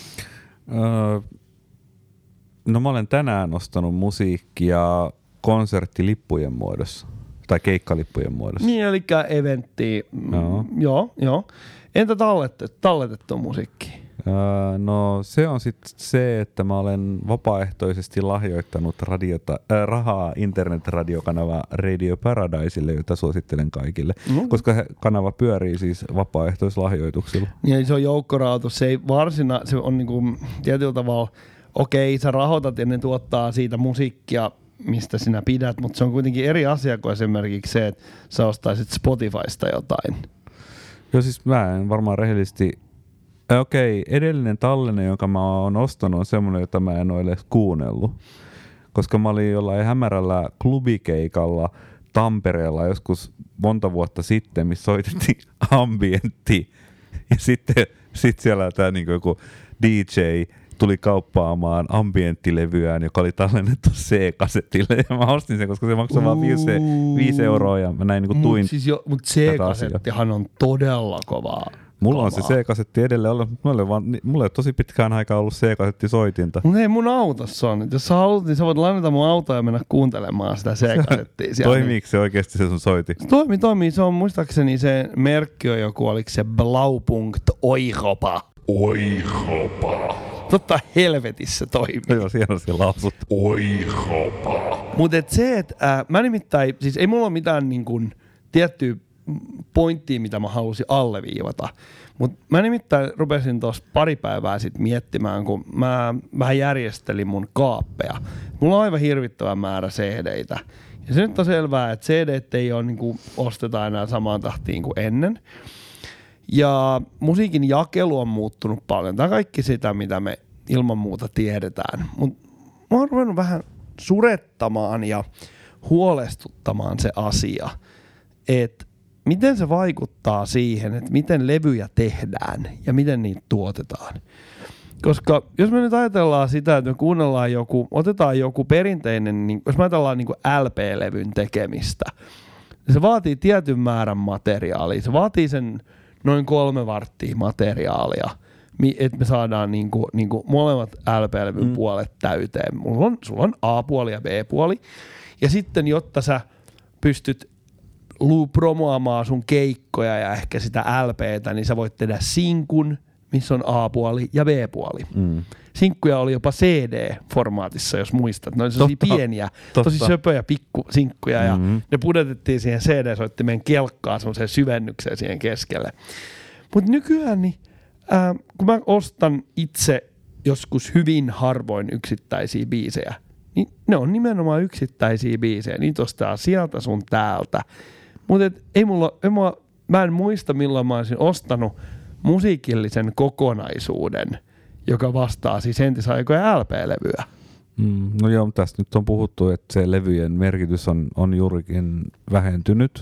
No mä olen tänään ostanut musiikkia konserttilippujen muodossa tai keikkalippujen muodossa. Niin, eli eventti. Joo. Entä talletettu musiikki? No se on sitten se, että mä olen vapaaehtoisesti lahjoittanut rahaa internetradiokanava Radio Paradiselle, jota suosittelen kaikille, koska kanava pyörii siis vapaaehtoislahjoituksilla. Niin, se on joukkorahoitus, se ei se on niinku tietyllä tavalla, okei, sä rahoitat ja ne tuottaa siitä musiikkia, mistä sinä pidät, mutta se on kuitenkin eri asia kuin esimerkiksi se, että sä ostaisit Spotifysta jotain. Joo, siis mä en varmaan rehellisesti. Okei, edellinen tallenne, jonka mä oon ostanut, on semmoinen, jota mä en ole edes kuunnellut. Koska mä olin jollain hämärällä klubikeikalla Tampereella joskus monta vuotta sitten, missä soitettiin ambientti. Ja sitten siellä tää niinku joku DJ tuli kauppaamaan ambienttilevyään, joka oli tallennettu C-kasetille. Ja mä ostin sen, koska se maksoi vaan 5 euroa ja mä näin niinku tuin. Mutta C-kasettihan on todella kovaa. Mulla on se C-kasetti edelleen ollut, mulla ei tosi pitkään aikaa ollut C-kasettisoitinta. Mutta ei mun autossa on. Jos sä haluat, niin sä voit lainata mun autoa ja mennä kuuntelemaan sitä C-kasettia. Toimiiko se oikeasti se sun soiti? Toimii. Se on muistaakseni se merkki on joku, oliko se Blaupunkt Oiropa. Totta helvetissä toimii. Joo, siellä on se lausut. Oiropa. Mutta se, että mä nimittäin, siis ei mulla ole mitään niin kuin tiettyä pointtia, mitä mä halusin alleviivata. Mutta mä nimittäin rupesin tuossa pari päivää sitten miettimään, kun mä vähän järjestelin mun kaappeja. Mulla on aivan hirvittävä määrä CD-tä. Ja se nyt on selvää, että CD-t ei ole niinku ostetaan enää samaan tahtiin kuin ennen. Ja musiikin jakelu on muuttunut paljon. Tämä on kaikki sitä, mitä me ilman muuta tiedetään. Mutta mä oon ruvennut vähän surettamaan ja huolestuttamaan se asia, että miten se vaikuttaa siihen, että miten levyjä tehdään ja miten niitä tuotetaan. Koska jos me nyt ajatellaan sitä, että me kuunnellaan otetaan joku perinteinen, niin jos me ajatellaan niin kuin LP-levyn tekemistä, niin se vaatii tietyn määrän materiaalia. Se vaatii sen noin 3 varttia materiaalia, että me saadaan niin kuin molemmat LP-levyn puolet täyteen. Sulla on A-puoli ja B-puoli. Ja sitten, jotta sä pystyt promoamaan sun keikkoja ja ehkä sitä LPtä, niin sä voit tehdä sinkun, missä on A-puoli ja B-puoli. Sinkkuja oli jopa CD-formaatissa, jos muistat. Ne oli sellaisia pieniä, tosi söpöjä pikkusinkkuja ja ne pudotettiin siihen CD-soittimen kelkkaan semmoiseen syvennykseen siihen keskelle. Mutta nykyään, niin, kun mä ostan itse joskus hyvin harvoin yksittäisiä biisejä, niin ne on nimenomaan yksittäisiä biisejä. Niitä ostaa sieltä sun täältä. Mutta mä en muista, milloin mä olisin ostanut musiikillisen kokonaisuuden, joka vastaa siis entisaikojen LP-levyä. No joo, tästä nyt on puhuttu, että se levyjen merkitys on juurikin vähentynyt.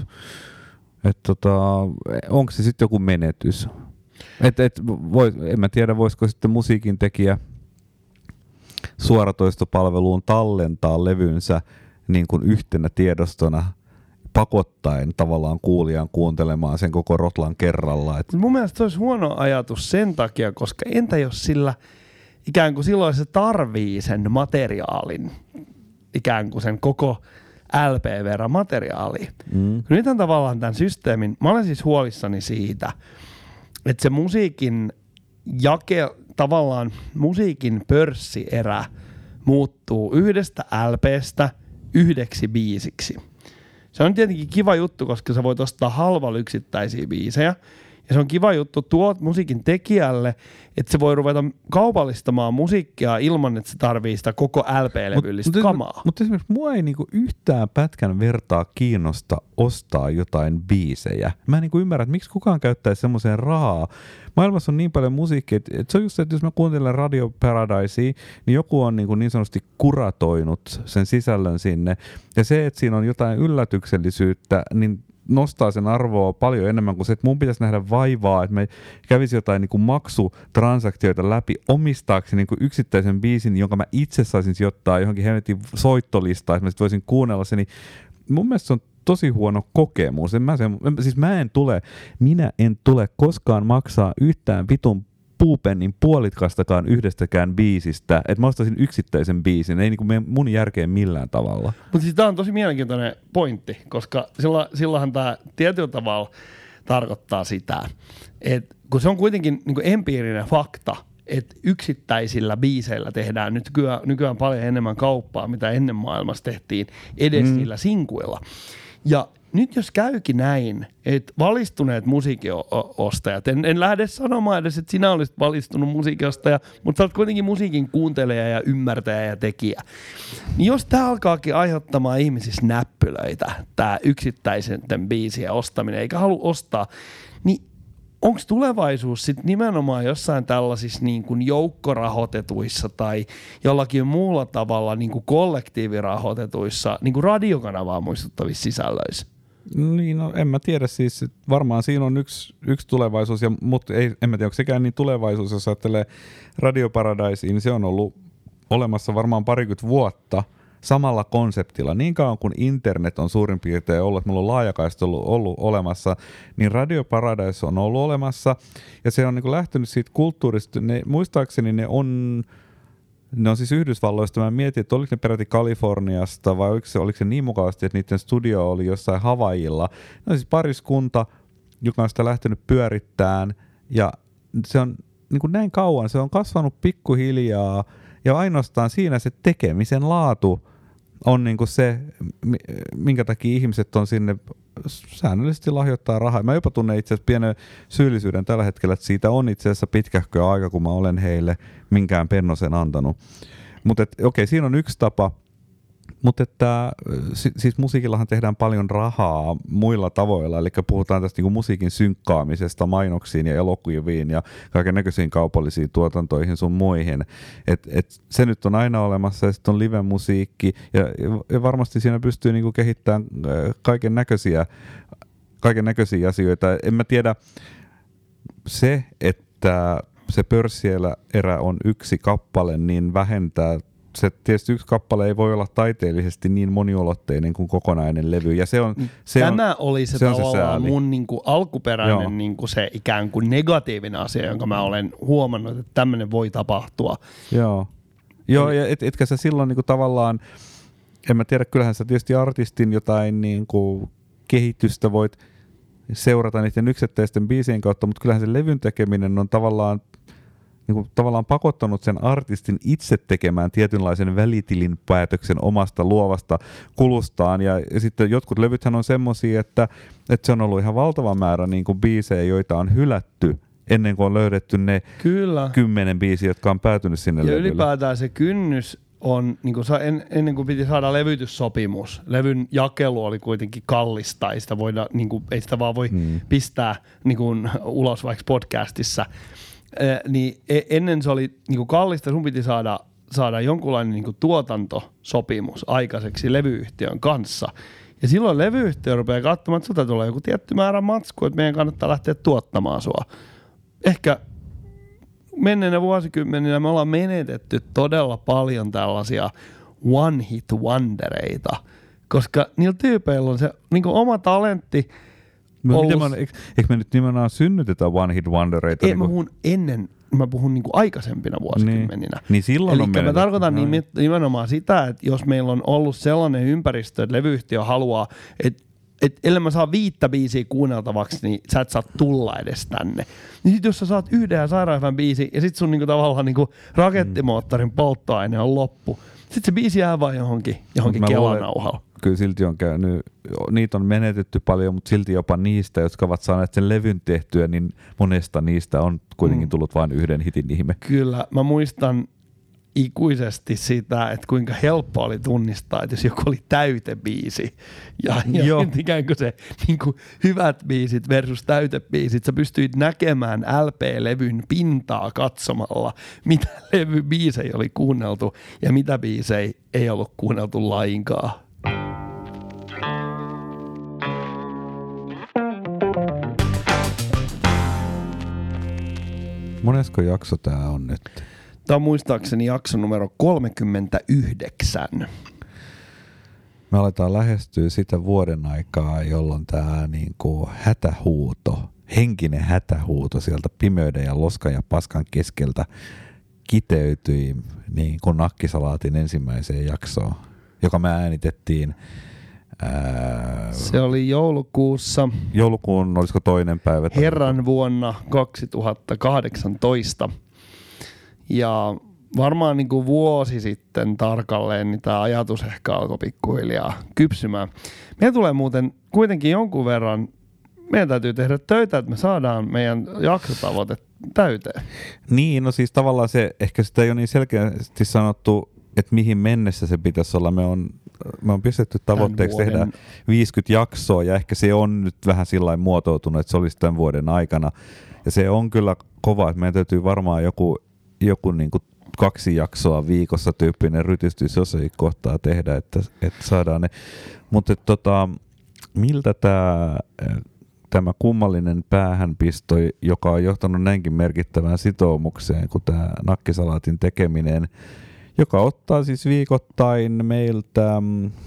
Onko se sitten joku menetys? En mä tiedä, voisiko sitten musiikin tekijä suoratoistopalveluun tallentaa levynsä niin kuin yhtenä tiedostona pakottaen tavallaan kuulijan kuuntelemaan sen koko rotlan kerralla. Mun mielestä se olisi huono ajatus sen takia, koska entä jos sillä ikään kuin silloin se tarvii sen materiaalin, ikään kuin sen koko LP-verran materiaalia. Nyt on tavallaan tämän systeemin, mä olen siis huolissani siitä, että se musiikin tavallaan musiikin pörssierä muuttuu yhdestä LPstä yhdeksi biisiksi. Se on tietenkin kiva juttu, koska sä voit ostaa halvalla yksittäisiä biisejä. Ja se on kiva juttu musiikin tekijälle, että se voi ruveta kaupallistamaan musiikkia ilman, että se tarvii sitä koko LP-levyllistä kamaa. Mutta esimerkiksi mua ei niinku yhtään pätkän vertaa kiinnosta ostaa jotain biisejä. Mä en niinku ymmärrä, että miksi kukaan käyttäisi semmoiseen rahaa. Maailmassa on niin paljon musiikkia, että se on just se, että jos mä kuuntelen Radio Paradisea, niin joku on niin sanotusti kuratoinut sen sisällön sinne. Ja se, että siinä on jotain yllätyksellisyyttä, niin nostaa sen arvoa paljon enemmän kuin se, että mun pitäisi nähdä vaivaa, että me kävisi jotain niin kuin maksutransaktioita läpi omistaakseni niin kuin yksittäisen biisin, jonka mä itse saisin sijoittaa johonkin hemmetin soittolistaan, että mä sit voisin kuunnella sen, niin mun mielestä se on tosi huono kokemus. Minä en tule koskaan maksaa yhtään vitun puupennin puolitkastakaan yhdestäkään biisistä, että mä ostaisin yksittäisen biisin, ei niinku mun järkeen millään tavalla. Mutta siis tää on tosi mielenkiintoinen pointti, koska silloinhan tää tietyllä tavalla tarkoittaa sitä, että kun se on kuitenkin niinku empiirinen fakta, että yksittäisillä biiseillä tehdään nyt nykyään paljon enemmän kauppaa, mitä ennen maailmassa tehtiin edes niillä sinkuilla. Ja nyt jos käykin näin, että valistuneet musiikiostajat, en lähde sanomaan edes, että sinä olisit valistunut musiikiostaja, mutta sä oot kuitenkin musiikin kuuntelija ja ymmärtäjä ja tekijä. Niin jos tää alkaakin aiheuttamaan ihmisissä näppylöitä, tää yksittäisen biisien ostaminen, eikä halua ostaa, niin onko tulevaisuus sitten nimenomaan jossain tällaisissa niin kuin joukkorahoitetuissa tai jollakin muulla tavalla niin kuin kollektiivirahoitetuissa niin kuin radiokanavaa muistuttavissa sisällöissä? Niin, no en mä tiedä siis, varmaan siinä on yksi tulevaisuus, mutta en mä tiedä, onko sekään niin tulevaisuus, jos ajattelee Radio Paradisea, niin se on ollut olemassa varmaan 20 vuotta samalla konseptilla. Niin kauan kuin internet on suurin piirtein ollut, että mulla on laajakaista ollut olemassa, niin Radio Paradise on ollut olemassa, ja se on niin kuin lähtenyt siitä kulttuurista. Muistaakseni ne on siis Yhdysvalloista. Mä mietin, että oliko ne peräti Kaliforniasta vai oliko se niin mukavasti, että niiden studio oli jossain Havaijilla. No siis pariskunta, joka on sitä lähtenyt pyörittämään, ja se on niin kuin näin kauan, se on kasvanut pikkuhiljaa, ja ainoastaan siinä se tekemisen laatu on niin kuin se, minkä takia ihmiset on sinne säännöllisesti lahjoittaa rahaa. Mä jopa tunnen itse asiassa pienen syyllisyyden tällä hetkellä, että siitä on itse asiassa pitkähköä aika, kun mä olen heille minkään pennosen antanut. Mutta okei, siinä on yksi tapa. Mutta siis musiikillahan tehdään paljon rahaa muilla tavoilla, eli puhutaan tästä niinku musiikin synkkaamisesta mainoksiin ja elokuviin ja kaiken näköisiin kaupallisiin tuotantoihin sun muihin. Et se nyt on aina olemassa, ja sitten on live-musiikki, ja varmasti siinä pystyy niinku kehittämään kaiken näköisiä asioita. En mä tiedä, se, että se pörssierä on yksi kappale, niin vähentää. Se tietysti yksi kappale ei voi olla taiteellisesti niin moniulotteinen kuin kokonainen levy. Ja Tämä oli se tavallaan mun niinku alkuperäinen niinku se ikään kuin negatiivinen asia, jonka mä olen huomannut, että tämmöinen voi tapahtua. Joo, ja etkä sä silloin niinku tavallaan, en mä tiedä, kyllähän sä tietysti artistin jotain niinku kehitystä voit seurata niiden yksittäisten biisien kautta, mutta kyllähän se levyn tekeminen on tavallaan pakottanut sen artistin itse tekemään tietynlaisen välitilinpäätöksen omasta luovasta kulustaan. Ja sitten jotkut levythän on semmosia, että se on ollut ihan valtava määrä niin kuin biisejä, joita on hylätty ennen kuin on löydetty ne 10 biisiä, jotka on päätynyt sinne levylle. Ja ylipäätään se kynnys on, niin kuin ennen kuin piti saada levytyssopimus, levyn jakelu oli kuitenkin kallista, ei sitä, ei sitä vaan voi pistää niin kuin ulos vaikka podcastissa. Niin ennen se oli niinku kallista, sun piti saada jonkunlainen niinku tuotantosopimus aikaiseksi levyyhtiön kanssa. Ja silloin levyyhtiö rupeaa katsomaan, että sulta tulee joku tietty määrä matskua, että meidän kannattaa lähteä tuottamaan sua. Ehkä menneenä vuosikymmeninä me ollaan menetetty todella paljon tällaisia one-hit wondereita, koska niillä tyypeillä on se niinku oma talentti. Eikö me nyt nimenomaan synnytetä one hit wondereita? Mä puhun niinku aikaisempina vuosikymmeninä. Niin silloin on mä tarkoitan nimenomaan sitä, että jos meillä on ollut sellainen ympäristö, että levyyhtiö haluaa, että ellei mä saa 5 biisiä kuunneltavaksi, niin sä et saa tulla edes tänne. Niin sit jos sä saat yhden ja sairaan hyvän biisin ja sit sun niinku tavallaan niinku rakettimoottorin polttoaine on loppu, sit se biisi jää vaan johonkin kelanauhalla. Kyllä silti on käynyt, niitä on menetetty paljon, mutta silti jopa niistä, jotka ovat saaneet sen levyn tehtyä, niin monesta niistä on kuitenkin tullut vain yhden hitin ihme. Kyllä, mä muistan ikuisesti sitä, että kuinka helppo oli tunnistaa, että jos joku oli täytebiisi ja ikään kuin se niin kuin hyvät biisit versus täytebiisit, sä pystyit näkemään LP-levyn pintaa katsomalla, mitä levybiisejä oli kuunneltu ja mitä biisejä ei ollut kuunneltu lainkaan. Monesko jakso tää on nyt? Tämä on muistaakseni jakso numero 39. Me aletaan lähestyä sitä vuoden aikaa, jolloin tämä niinku hätähuuto, henkinen hätähuuto sieltä pimeyden ja loskan ja paskan keskeltä kiteytyi niin kuin Nakkisalaatin ensimmäiseen jaksoon, joka me äänitettiin. Se oli joulukuussa. Joulukuun, olisiko toinen päivä? Herran vuonna 2018. Ja varmaan niin kuin vuosi sitten tarkalleen, niin tämä ajatus ehkä alkoi pikkuhiljaa kypsymään. Meidän tulee muuten kuitenkin jonkun verran, meidän täytyy tehdä töitä, että me saadaan meidän jaksotavoite täyteen. Niin, no siis tavallaan se, ehkä sitä ei ole niin selkeästi sanottu, että mihin mennessä se pitäisi olla. Me on pistetty tavoitteeksi tehdä 50 jaksoa ja ehkä se on nyt vähän sillain muotoutunut, että se olisi tämän vuoden aikana. Ja se on kyllä kova, että meidän täytyy varmaan joku niin kuin 2 jaksoa viikossa tyyppinen rytistys jossain kohtaa tehdä, että saadaan ne. Mutta miltä tämä kummallinen päähänpisto, joka on johtanut näinkin merkittävään sitoumukseen kuin tämä Nakkisalaatin tekeminen, joka ottaa siis viikoittain meiltä,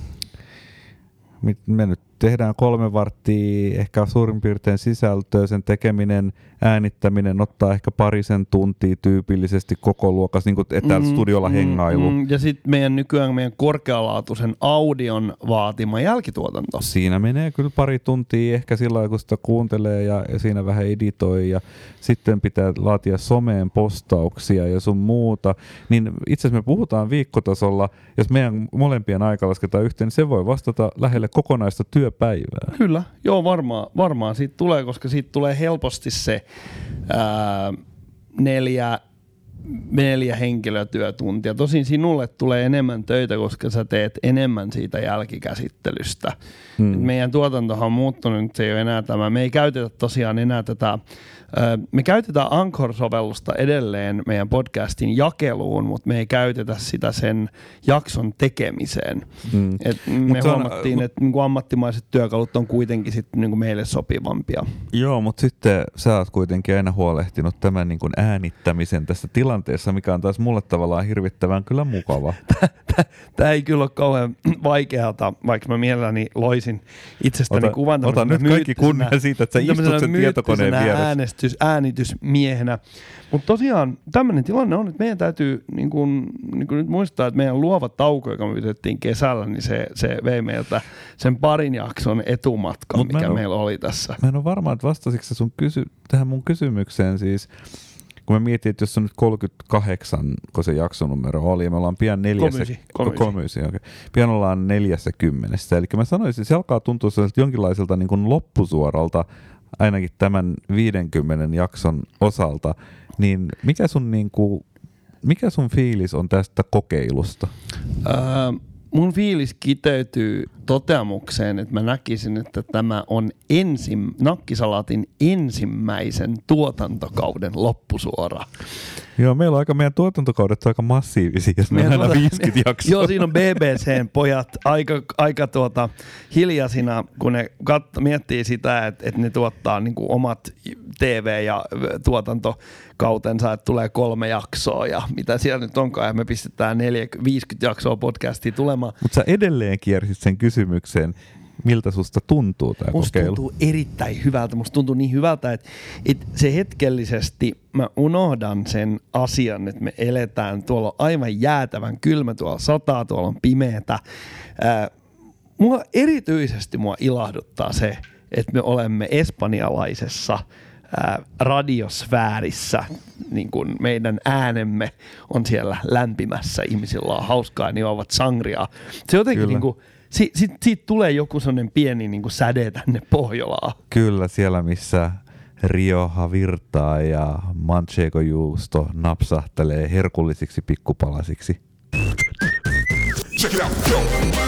me nyt tehdään 3 varttia, ehkä suurin piirtein sisältöä, sen tekeminen, äänittäminen ottaa ehkä 2 tuntia tyypillisesti koko luokassa, niin kuin täällä studiolla hengailu. Ja sitten nykyään meidän korkealaatuisen audion vaatima jälkituotanto. Siinä menee kyllä 2 tuntia ehkä sillä lailla, kun sitä kuuntelee ja siinä vähän editoi ja sitten pitää laatia someen postauksia ja sun muuta. Niin itse asiassa me puhutaan viikkotasolla, jos meidän molempien aika lasketaan yhteen, niin se voi vastata lähelle kokonaista työpäivää. Kyllä, joo varmaan siitä tulee, koska siitä tulee helposti se 4 henkilötyötuntia. Tosin sinulle tulee enemmän töitä, koska sä teet enemmän siitä jälkikäsittelystä. Meidän tuotantohan on muuttunut, nyt se ei ole enää tämä. Me ei käytetä tosiaan enää tätä. Me käytetään Anchor-sovellusta edelleen meidän podcastin jakeluun, mutta me ei käytetä sitä sen jakson tekemiseen. Me huomattiin, että niin kuin ammattimaiset työkalut on kuitenkin sitten niin kuin meille sopivampia. Joo, mutta sitten sä oot kuitenkin aina huolehtinut tämän niin kuin äänittämisen tässä tilanteessa, mikä on taas mulle tavallaan hirvittävän kyllä mukava. Tämä ei kyllä ole kauhean vaikeata, vaikka mä mielelläni loisin itsestäni kuvan. Ota nyt kaikki kunnia siitä, että sä istut sen tietokoneen vieressä. Äänitysmiehenä. Mutta tosiaan tämmöinen tilanne on, että meidän täytyy niin kun nyt muistaa, että meidän luova tauko, joka me pidettiin kesällä, niin se vei meiltä sen 2 jakson etumatkan, mikä meillä oli tässä. Mä en ole varma, että vastasitko sä tähän mun kysymykseen siis, kun mä mietin, että jos on nyt 38, kun se jaksonumero oli, ja me ollaan pian 39, okay. Pian ollaan 40. Eli mä sanoisin, että se alkaa tuntua jonkinlaiselta niin kuin loppusuoralta, ainakin tämän 50 jakson osalta, niin mikä sun fiilis on tästä kokeilusta? Mun fiilis kiteytyy toteamukseen, että mä näkisin, että tämä on Nakkisalaatin ensimmäisen tuotantokauden loppusuora. Joo, meidän tuotantokaudet on aika massiivisia, jos meillä on aina 50 jaksoa. Joo, siinä on BBCn pojat aika hiljaisina, kun ne miettii sitä, että ne tuottaa niin kuin omat TV- ja tuotantokautensa, että tulee 3 jaksoa ja mitä siellä nyt onkaan, ja me pistetään 50 jaksoa podcastia tulemaan. Mutta sä edelleen kiersit sen kysymyksen, miltä susta tuntuu tämä kokeilu? Musta tuntuu erittäin hyvältä. Musta tuntuu niin hyvältä, että se hetkellisesti mä unohdan sen asian, että me eletään. Tuolla on aivan jäätävän kylmä, tuolla sataa, tuolla on pimeätä. Erityisesti mua ilahduttaa se, että me olemme espanjalaisessa radiosfäärissä, niin kuin meidän äänemme on siellä lämpimässä, ihmisillä on hauskaa, niin ovat sangriaa. Se jotenkin niin kuin, siitä tulee joku sellainen pieni niin kuin säde tänne Pohjolaan. Kyllä, siellä missä Rioja virtaa ja manchego-juusto napsahtelee herkullisiksi pikkupalasiksi. Check it out, go.